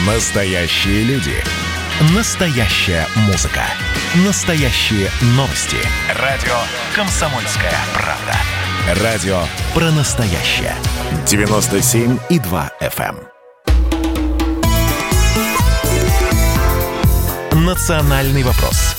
Настоящие люди. Настоящая музыка. Настоящие новости. Радио «Комсомольская правда». Радио про настоящее. 97,2 FM. Национальный вопрос.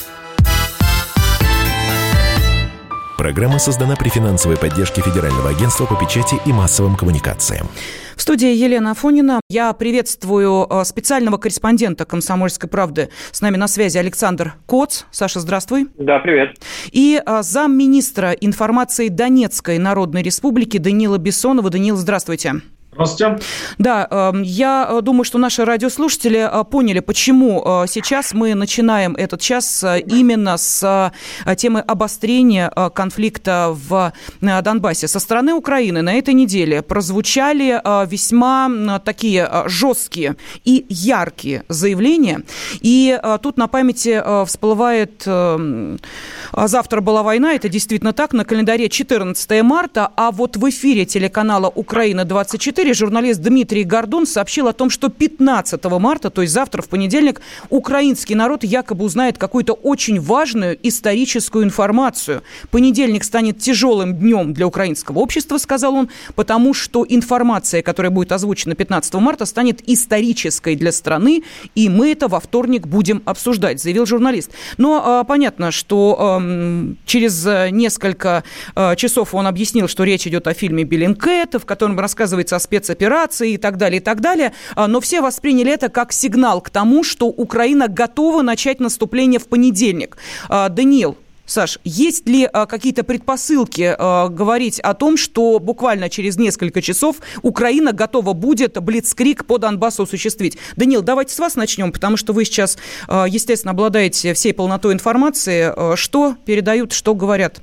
Программа создана при финансовой поддержке Федерального агентства по печати и массовым коммуникациям. В студии Елена Афонина. Я приветствую специального корреспондента «Комсомольской правды». С нами на связи Александр Коц. Саша, здравствуй. Да, привет. И замминистра информации Донецкой Народной Республики Даниила Бессонова. Даниил, здравствуйте. Здравствуйте. Да, я думаю, что наши радиослушатели поняли, почему сейчас мы начинаем этот час именно с темы обострения конфликта в Донбассе. Со стороны Украины на этой неделе прозвучали весьма такие жесткие и яркие заявления. И тут на памяти всплывает «Завтра была война». Это действительно так. На календаре 14 марта. А вот в эфире телеканала «Украина-24» журналист Дмитрий Гордон сообщил о том, что 15 марта, то есть завтра, в понедельник, украинский народ якобы узнает какую-то очень важную историческую информацию. Понедельник станет тяжелым днем для украинского общества, сказал он, потому что информация, которая будет озвучена 15 марта, станет исторической для страны, и мы это во вторник будем обсуждать, заявил журналист. Но понятно, что через несколько часов он объяснил, что речь идет о фильме «Беллинкет», в котором рассказывается о спецоперации и так далее, но все восприняли это как сигнал к тому, что Украина готова начать наступление в понедельник. Даниил, Саш, есть ли какие-то предпосылки говорить о том, что буквально через несколько часов Украина готова будет блицкриг по Донбассу осуществить? Даниил, давайте с вас начнем, потому что вы сейчас, естественно, обладаете всей полнотой информации. Что передают, что говорят?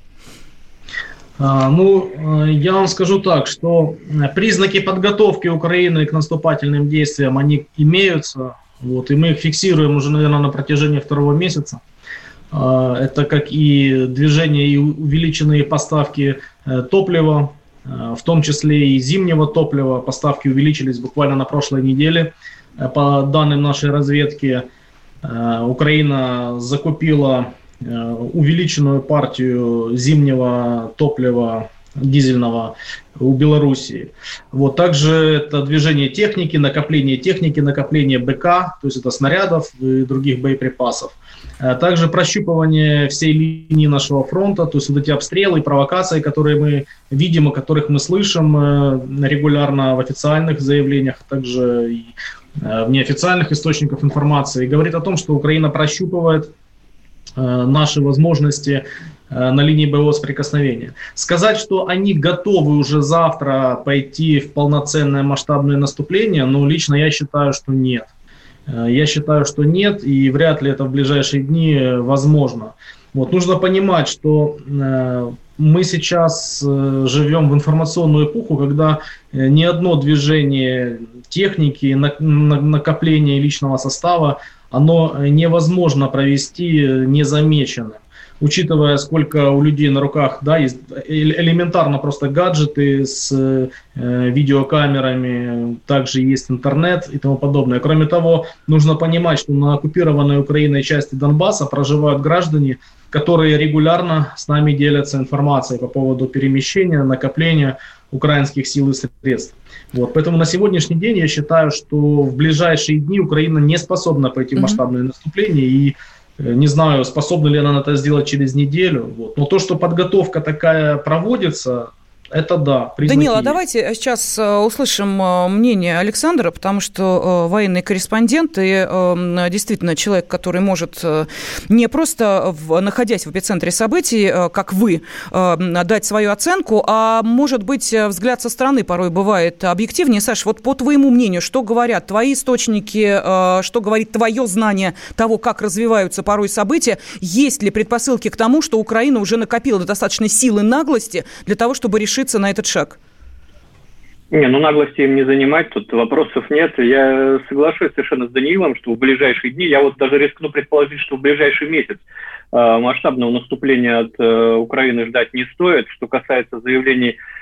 Я вам скажу так, что признаки подготовки Украины к наступательным действиям, они имеются, и мы их фиксируем уже, наверное, на протяжении второго месяца. Это как и движение, и увеличенные поставки топлива, в том числе и зимнего топлива. Поставки увеличились буквально на прошлой неделе. По данным нашей разведки, Украина закупила увеличенную партию зимнего топлива дизельного у Белоруссии. Также это движение техники, накопление БК, то есть это снарядов и других боеприпасов. Также прощупывание всей линии нашего фронта, то есть эти обстрелы и провокации, которые мы видим, о которых мы слышим регулярно в официальных заявлениях, также и в неофициальных источниках информации, говорит о том, что Украина прощупывает наши возможности на линии боевого соприкосновения. Сказать, что они готовы уже завтра пойти в полноценное масштабное наступление, лично я считаю, что нет. И вряд ли это в ближайшие дни возможно. Нужно понимать, что мы сейчас живем в информационную эпоху, когда ни одно движение техники, накопление личного состава, оно невозможно провести незамеченным. Учитывая, сколько у людей на руках, есть элементарно просто гаджеты с видеокамерами, также есть интернет и тому подобное. Кроме того, нужно понимать, что на оккупированной Украиной части Донбасса проживают граждане, которые регулярно с нами делятся информацией по поводу перемещения, накопления украинских сил и средств. Поэтому на сегодняшний день я считаю, что в ближайшие дни Украина не способна пойти в масштабное наступление, и не знаю, способна ли она это сделать через неделю. Но то, что подготовка такая проводится, это да. Даниил, а давайте сейчас услышим мнение Александра, потому что военный корреспондент и действительно человек, который может не просто, находясь в эпицентре событий, как вы, дать свою оценку, а может быть взгляд со стороны порой бывает объективнее. Саш, по твоему мнению, что говорят твои источники, что говорит твое знание того, как развиваются порой события? Есть ли предпосылки к тому, что Украина уже накопила достаточно силы наглости для того, чтобы решить на этот шаг? Наглости им не занимать, тут вопросов нет. Я соглашусь совершенно с Даниилом, что в ближайшие дни, я даже рискну предположить, что в ближайший месяц масштабного наступления от Украины ждать не стоит. Что касается заявлений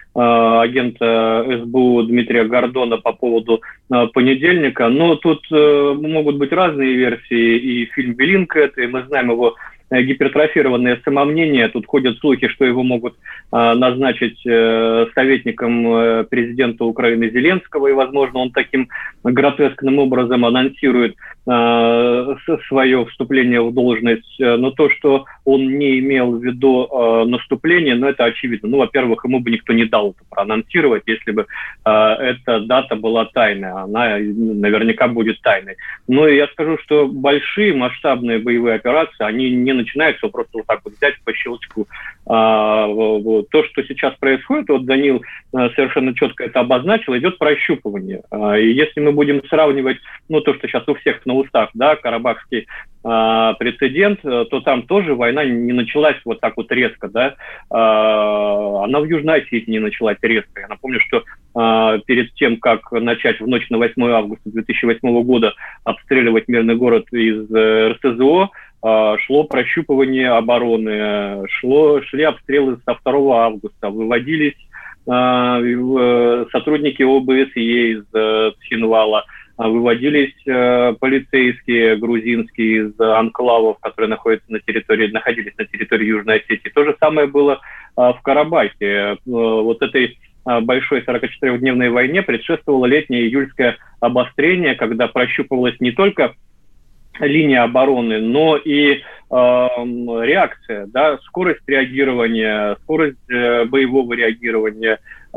агента СБУ Дмитрия Гордона по поводу понедельника. Но тут могут быть разные версии, и фильм «Белинка» это, и мы знаем его гипертрофированное самомнение. Тут ходят слухи, что его могут назначить советником президента Украины Зеленского, и, возможно, он таким гротескным образом анонсирует свое вступление в должность. Но то, что он не имел в виду наступление, это очевидно. Во-первых, ему бы никто не дал это проанонсировать, если бы эта дата была тайной. Она наверняка будет тайной. Но я скажу, что большие масштабные боевые операции, они не начинаются просто вот так вот взять по щелчку. То, что сейчас происходит, Даниил совершенно четко это обозначил, идет прощупывание. И если мы будем сравнивать, то, что сейчас у всех на устах, карабахский прецедент, то там тоже война не началась вот так вот резко, она в Южной Осетии не началась резко. Я напомню, что перед тем, как начать в ночь на 8 августа 2008 года обстреливать мирный город из РСЗО, шло прощупывание обороны, шли обстрелы со 2 августа, выводились сотрудники ОБСЕ из Цхинвала, выводились полицейские грузинские из анклавов, которые находились на территории Южной Осетии. То же самое было в Карабахе. Вот этой большой 44-дневной войне предшествовало летнее июльское обострение, когда прощупывалась не только линия обороны, но и реакция, скорость реагирования, скорость боевого реагирования,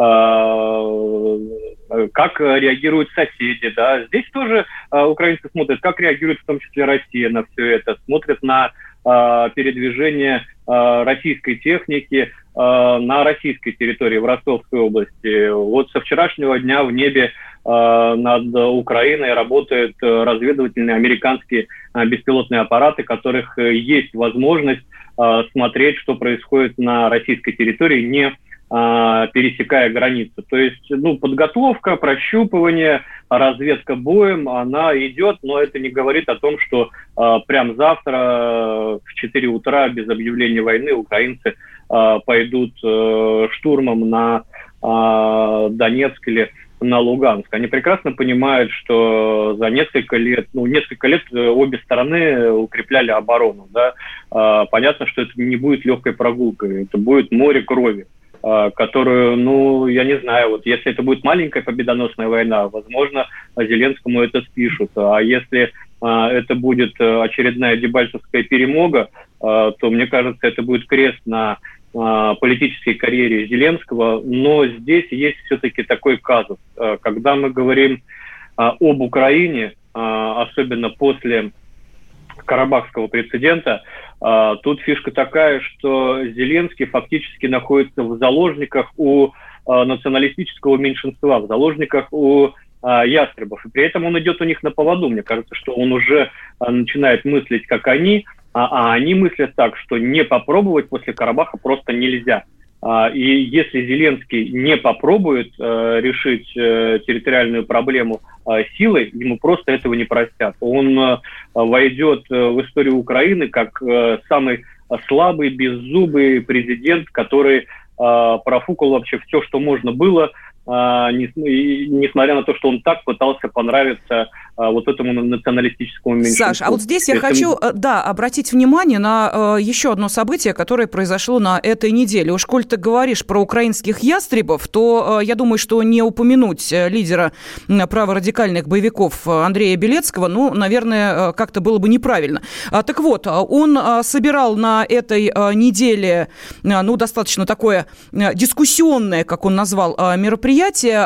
как реагируют соседи, Здесь тоже украинцы смотрят, как реагирует в том числе Россия на все это, смотрят на передвижение российской техники на российской территории, в Ростовской области. Вот со вчерашнего дня в небе над Украиной работают разведывательные американские беспилотные аппараты, которых есть возможность смотреть, что происходит на российской территории, не пересекая границу. То есть, подготовка, прощупывание, разведка боем, она идет, но это не говорит о том, что прям завтра в 4 утра без объявления войны украинцы пойдут штурмом на Донецк или на Луганск. Они прекрасно понимают, что за несколько лет обе стороны укрепляли оборону. Понятно, что это не будет легкой прогулкой, это будет море крови, которую, я не знаю, если это будет маленькая победоносная война, возможно, Зеленскому это спишут. А если это будет очередная дебальцевская перемога, то, мне кажется, это будет крест на политической карьере Зеленского. Но здесь есть все-таки такой казус. Когда мы говорим об Украине, особенно после карабахского прецедента, тут фишка такая, что Зеленский фактически находится в заложниках у националистического меньшинства, в заложниках у ястребов. И при этом он идет у них на поводу. Мне кажется, что он уже начинает мыслить, как они, а они мыслят так, что не попробовать после Карабаха просто нельзя. И если Зеленский не попробует решить территориальную проблему силой, ему просто этого не простят. Он войдет в историю Украины как самый слабый, беззубый президент, который профукал вообще все, что можно было, несмотря на то, что он так пытался понравиться вот этому националистическому меньшинству. Саш, а вот здесь я хочу, обратить внимание на еще одно событие, которое произошло на этой неделе. Уж коль ты говоришь про украинских ястребов, то я думаю, что не упомянуть лидера праворадикальных боевиков Андрея Белецкого, наверное, как-то было бы неправильно. Так вот, он собирал на этой неделе, достаточно такое дискуссионное, как он назвал, мероприятие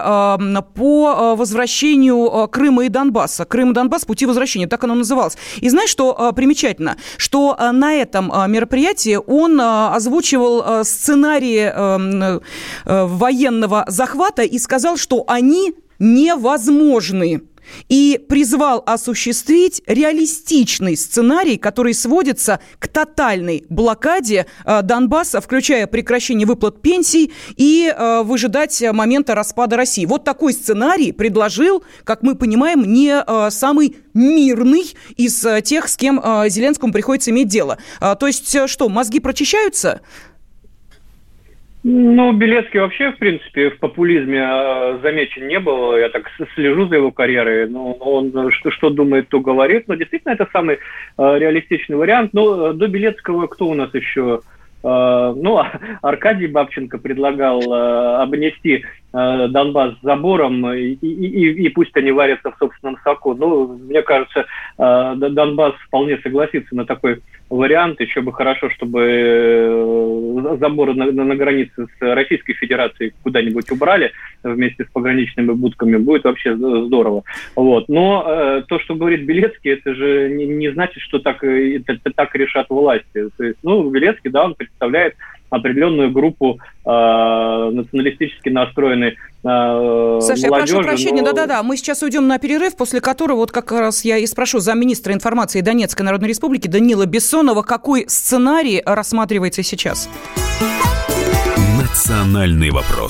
по возвращению Крыма и Донбасса. Крым и Донбасс, пути возвращения, так оно называлось. И знаешь, что примечательно? Что на этом мероприятии он озвучивал сценарии военного захвата и сказал, что они невозможны. И призвал осуществить реалистичный сценарий, который сводится к тотальной блокаде Донбасса, включая прекращение выплат пенсий и выжидать момента распада России. Вот такой сценарий предложил, как мы понимаем, не самый мирный из тех, с кем Зеленскому приходится иметь дело. То есть что, мозги прочищаются? Ну, Белецкий вообще, в принципе, в популизме замечен не был. Я так слежу за его карьерой. Ну, он что думает, то говорит. Но действительно, это самый реалистичный вариант. Но до Белецкого кто у нас еще? Ну, Аркадий Бабченко предлагал обнести Донбасс забором, и пусть они варятся в собственном соку. Ну, мне кажется, Донбасс вполне согласится на такой вариант. Еще бы хорошо, чтобы заборы на границе с Российской Федерацией куда-нибудь убрали вместе с пограничными будками. Будет вообще здорово. Вот. Но то, что говорит Белецкий, это же не значит, что так решат власти. То есть, ну, Белецкий, да, он представляет определенную группу националистически настроенной Саша, я прошу прощения, но... да-да-да, мы сейчас уйдем на перерыв, после которого вот как раз я и спрошу замминистра информации Донецкой Народной Республики Даниила Бессонова, какой сценарий рассматривается сейчас. Национальный вопрос.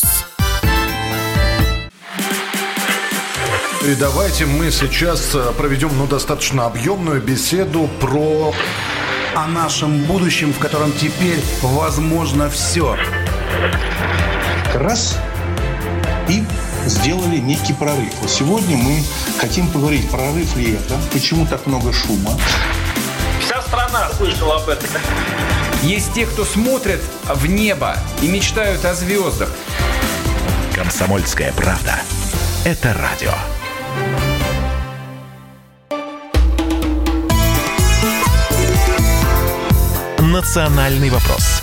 И давайте мы сейчас проведем достаточно объемную беседу о нашем будущем, в котором теперь возможно все. Раз и сделали некий прорыв. Вот сегодня мы хотим поговорить, прорыв ли это, почему так много шума. Вся страна слышала об этом. Есть те, кто смотрят в небо и мечтают о звездах. «Комсомольская правда» — это радио. «Национальный вопрос».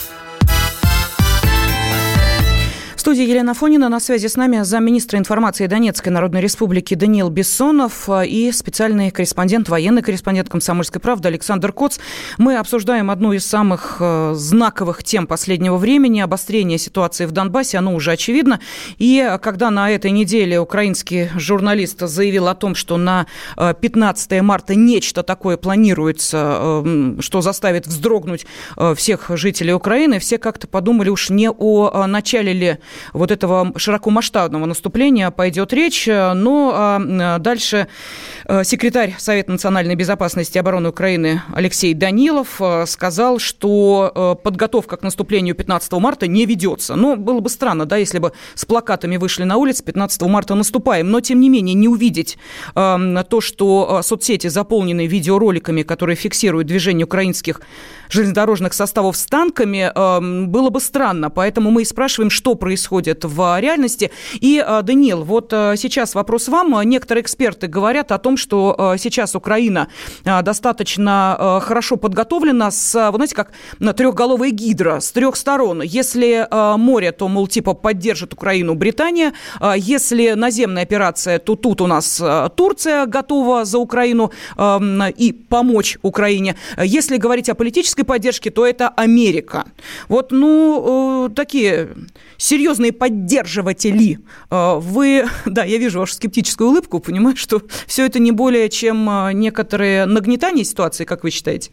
В студии Елена Афонина, на связи с нами замминистра информации Донецкой Народной Республики Даниил Бессонов и специальный корреспондент, военный корреспондент «Комсомольской правды» Александр Коц. Мы обсуждаем одну из самых знаковых тем последнего времени – обострение ситуации в Донбассе, оно уже очевидно. И когда на этой неделе украинский журналист заявил о том, что на 15 марта нечто такое планируется, что заставит вздрогнуть всех жителей Украины, все как-то подумали, уж не о начале ли вот этого широкомасштабного наступления пойдет речь. Но дальше секретарь Совета национальной безопасности и обороны Украины Алексей Данилов сказал, что подготовка к наступлению 15 марта не ведется. Ну, было бы странно, да, если бы с плакатами вышли на улицы 15 марта наступаем. Но, тем не менее, не увидеть то, что соцсети заполнены видеороликами, которые фиксируют движение украинских железнодорожных составов с танками, было бы странно. Поэтому мы и спрашиваем, что происходит в реальности. И, Даниил, вот сейчас вопрос вам. Некоторые эксперты говорят о том, что сейчас Украина достаточно хорошо подготовлена с, вы знаете, как трехголовая гидра с трех сторон. Если море, то, мол, типа поддержит Украину Британия. Если наземная операция, то тут у нас Турция готова за Украину и помочь Украине. Если говорить о политической поддержке, то это Америка. Вот, ну, такие серьезные поддерживатели. Вы, да, я вижу вашу скептическую улыбку, понимаю, что все это не более чем некоторые нагнетания ситуации, как вы считаете?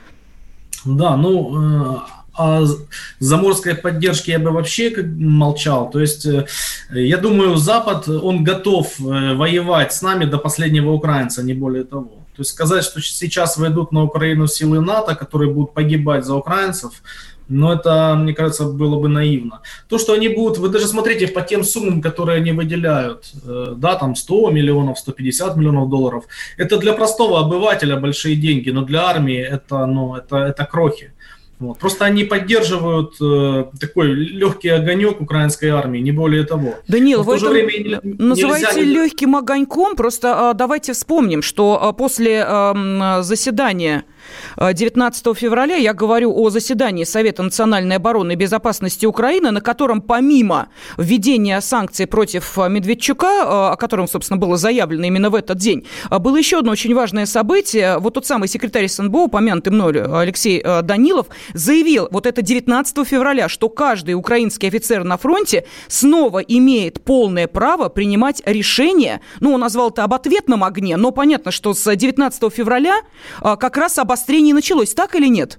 Да, ну, о заморской поддержке я бы вообще молчал. То есть, я думаю, Запад, он готов воевать с нами до последнего украинца, не более того. То есть сказать, что сейчас войдут на Украину силы НАТО, которые будут погибать за украинцев, но это, мне кажется, было бы наивно. То, что они будут, вы даже смотрите по тем суммам, которые они выделяют, да, там 100 миллионов, 150 миллионов долларов, это для простого обывателя большие деньги, но для армии это, ну, это крохи. Вот. Просто они поддерживают такой легкий огонек украинской армии, не более того. Даниил, вы это называете легким огоньком, просто давайте вспомним, что после заседания 19 февраля, я говорю о заседании Совета национальной обороны и безопасности Украины, на котором помимо введения санкций против Медведчука, о котором, собственно, было заявлено именно в этот день, было еще одно очень важное событие. Вот тот самый секретарь СНБО, упомянутый мною Алексей Данилов, заявил вот это 19 февраля, что каждый украинский офицер на фронте снова имеет полное право принимать решения, ну, он назвал это об ответном огне, но понятно, что с 19 февраля как раз обострение началось, так или нет?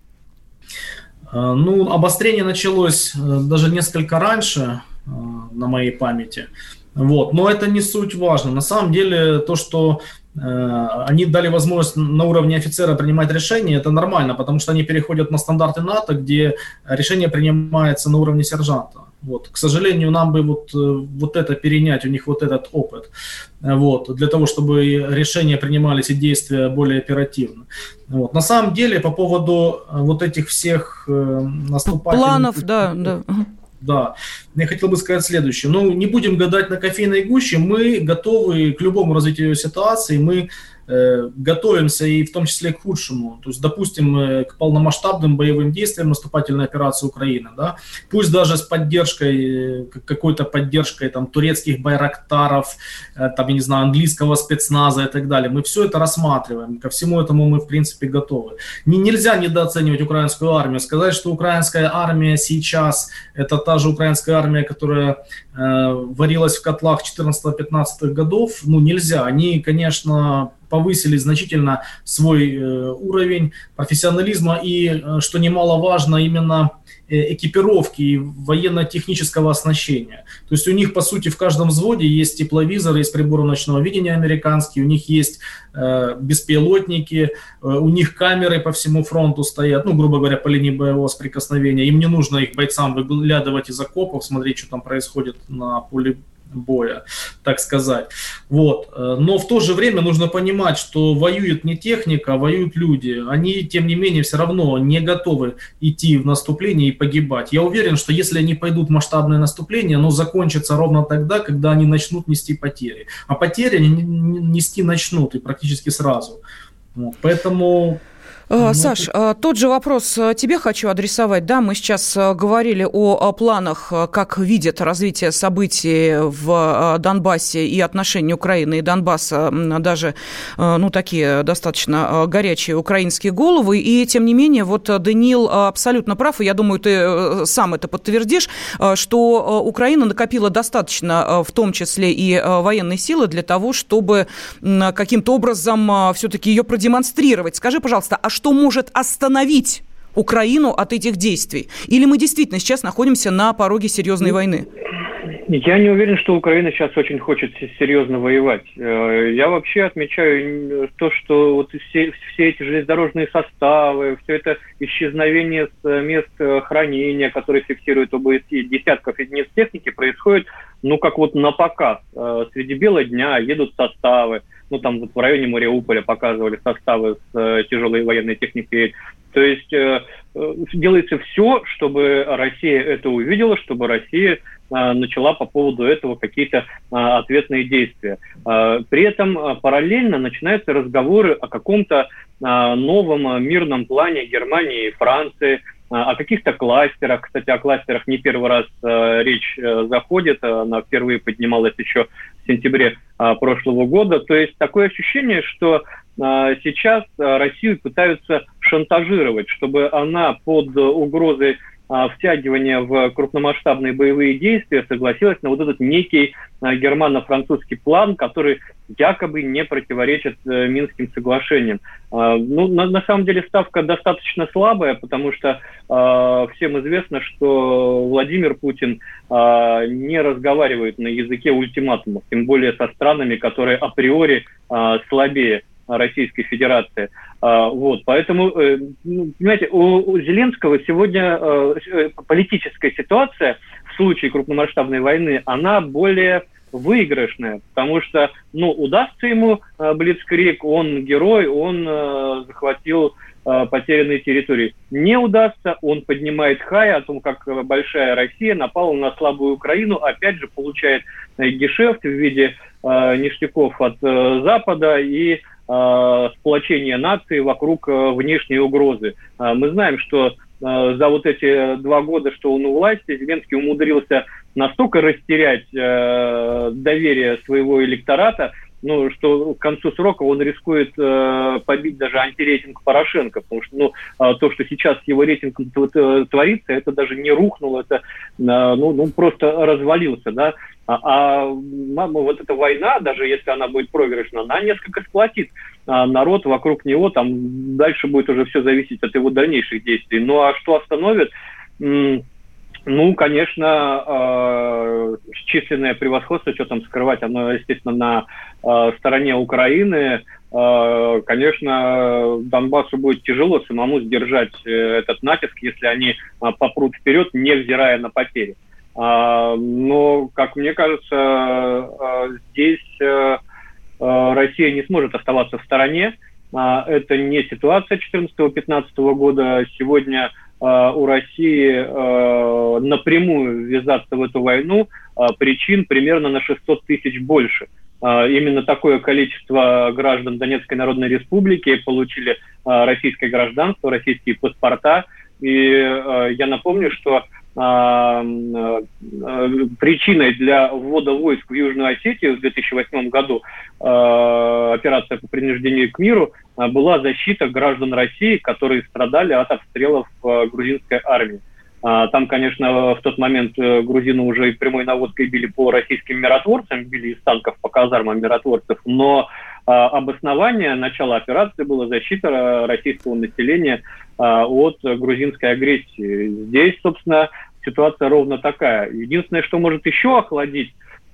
Ну, обострение началось даже несколько раньше, на моей памяти. Вот. Но это не суть важно. На самом деле, то, что они дали возможность на уровне офицера принимать решения, это нормально, потому что они переходят на стандарты НАТО, где решение принимается на уровне сержанта. Вот. К сожалению, нам бы вот это перенять, у них вот этот опыт, вот, для того, чтобы решения принимались и действия более оперативно. Вот. На самом деле, по поводу вот этих всех наступательных... Планов, да. Да, я хотел бы сказать следующее. Не будем гадать на кофейной гуще, мы готовы к любому развитию ситуации, мы готовимся и в том числе к худшему, то есть, допустим, к полномасштабным боевым действиям наступательной операции Украины, да, пусть даже с поддержкой, какой-то поддержкой там турецких байрактаров, там, я не знаю, английского спецназа и так далее, мы все это рассматриваем, ко всему этому мы, в принципе, готовы. Нельзя недооценивать украинскую армию, сказать, что украинская армия сейчас это та же украинская армия, которая варилась в котлах 14-15 годов, нельзя, они, конечно, повысили значительно свой уровень профессионализма и, что немаловажно, именно экипировки и военно-технического оснащения. То есть у них, по сути, в каждом взводе есть тепловизоры, есть приборы ночного видения американские, у них есть беспилотники, у них камеры по всему фронту стоят, грубо говоря, по линии боевого соприкосновения. Им не нужно их бойцам выглядывать из окопов, смотреть, что там происходит на поле боя, так сказать. Вот. Но в то же время нужно понимать, что воюет не техника, а воюют люди. Они, тем не менее, все равно не готовы идти в наступление и погибать. Я уверен, что если они пойдут в масштабное наступление, оно закончится ровно тогда, когда они начнут нести потери. А потери они нести начнут и практически сразу. Вот. Поэтому... Саш, тот же вопрос тебе хочу адресовать. Да, мы сейчас говорили о планах, как видят развитие событий в Донбассе и отношения Украины и Донбасса, даже, такие достаточно горячие украинские головы. И, тем не менее, вот Даниил абсолютно прав, и я думаю, ты сам это подтвердишь, что Украина накопила достаточно, в том числе и военной силы, для того, чтобы каким-то образом все-таки ее продемонстрировать. Скажи, пожалуйста, а что может остановить Украину от этих действий? Или мы действительно сейчас находимся на пороге серьезной войны? Я не уверен, что Украина сейчас очень хочет серьезно воевать. Я вообще отмечаю то, что вот все эти железнодорожные составы, все это исчезновение с мест хранения, которые фиксируют ОБСЕ, десятков единиц техники, происходит, как вот на показ. Среди бела дня едут составы. Там вот в районе Мариуполя показывали составы с тяжелой военной техникой. То есть делается все, чтобы Россия это увидела, чтобы Россия начала по поводу этого какие-то ответные действия. При этом параллельно начинаются разговоры о каком-то новом мирном плане Германии и Франции, о каких-то кластерах. Кстати, о кластерах не первый раз речь заходит, она впервые поднималась еще в сентябре прошлого года. То есть такое ощущение, что сейчас Россию пытаются шантажировать, чтобы она под угрозой втягивания в крупномасштабные боевые действия согласилась на вот этот некий германо-французский план, который якобы не противоречит Минским соглашениям. На самом деле ставка достаточно слабая, потому что всем известно, что Владимир Путин не разговаривает на языке ультиматумов, тем более со странами, которые априори слабее Российской Федерации. Поэтому, понимаете, у Зеленского сегодня политическая ситуация в случае крупномасштабной войны, она более выигрышная, потому что, удастся ему блицкриг, он герой, он захватил потерянные территории. Не удастся, он поднимает хай о том, как большая Россия напала на слабую Украину, опять же получает гешефт в виде ништяков от Запада и сплочение нации вокруг внешней угрозы. Мы знаем, что за вот эти 2 года, что он у власти, Зеленский умудрился настолько растерять доверие своего электората, что к концу срока он рискует побить даже антирейтинг Порошенко, потому что то, что сейчас с его рейтингом творится, это даже не рухнуло, это просто развалился, да. Вот эта война, даже если она будет проигрышна, она несколько сплотит народ вокруг него, там дальше будет уже все зависеть от его дальнейших действий. А что остановит? Ну, конечно, численное превосходство, что там скрывать, оно, естественно, на стороне Украины. Конечно, Донбассу будет тяжело самому сдержать этот натиск, если они попрут вперед, невзирая на потери. Но, как мне кажется, здесь Россия не сможет оставаться в стороне. Это не ситуация 2014-2015 года. Сегодня у России напрямую ввязаться в эту войну причин примерно на 600 тысяч больше. Именно такое количество граждан Донецкой Народной Республики получили российское гражданство, российские паспорта. И я напомню, что причиной для ввода войск в Южную Осетию в 2008 году, операция по принуждению к миру, была защита граждан России, которые страдали от обстрелов грузинской армии. Там, конечно, в тот момент грузины уже и прямой наводкой били по российским миротворцам, били из танков по казармам миротворцев, но обоснование начала операции было защита российского населения от грузинской агрессии. Здесь, собственно, ситуация ровно такая. Единственное, что может еще охладить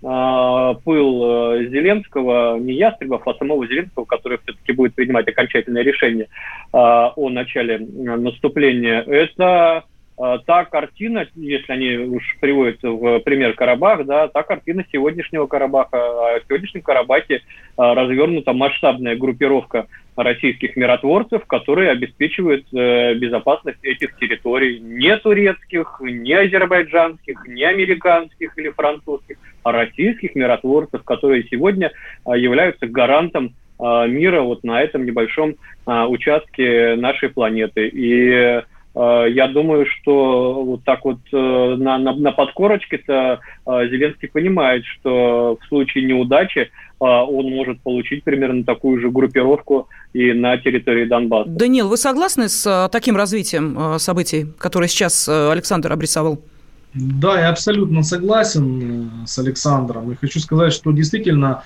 пыл Зеленского, не Ястребов, а самого Зеленского, который все-таки будет принимать окончательное решение о начале наступления, это та картина, если они уж приводятся в пример Карабах, да, та картина сегодняшнего Карабаха. В сегодняшнем Карабахе развернута масштабная группировка российских миротворцев, которые обеспечивают безопасность этих территорий не турецких, не азербайджанских, не американских или французских, а российских миротворцев, которые сегодня являются гарантом мира вот на этом небольшом участке нашей планеты. И я думаю, что вот так вот на подкорочке-то Зеленский понимает, что в случае неудачи он может получить примерно такую же группировку и на территории Донбасса. Даниил, вы согласны с таким развитием событий, которое сейчас Александр обрисовал? Да, я абсолютно согласен с Александром. И хочу сказать, что действительно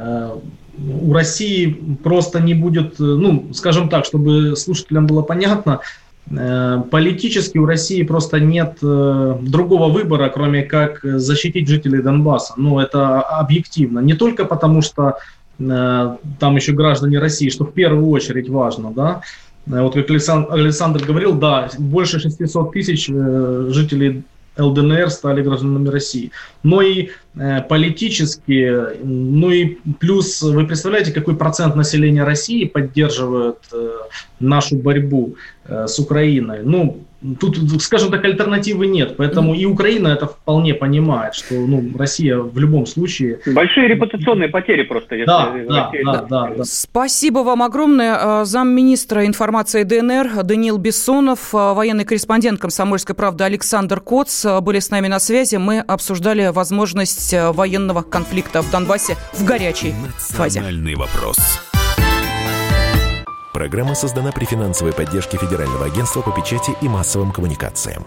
у России просто не будет, ну, скажем так, чтобы слушателям было понятно, политически у России просто нет другого выбора, кроме как защитить жителей Донбасса. Ну, это объективно. Не только потому, что там еще граждане России, что в первую очередь важно, да. Вот как Александр говорил, да, больше 600 тысяч жителей ЛДНР стали гражданами России. Но и политически, ну и плюс, вы представляете, какой процент населения России поддерживает нашу борьбу с Украиной? Ну, тут, скажем так, альтернативы нет. Поэтому и Украина это вполне понимает, что Россия в любом случае... Большие репутационные потери просто. Если да. Спасибо вам огромное. Замминистра информации ДНР Даниил Бессонов, военный корреспондент «Комсомольской правды» Александр Коц были с нами на связи. Мы обсуждали возможность военного конфликта в Донбассе в горячей фазе. Национальный вопрос. Программа создана при финансовой поддержке Федерального агентства по печати и массовым коммуникациям.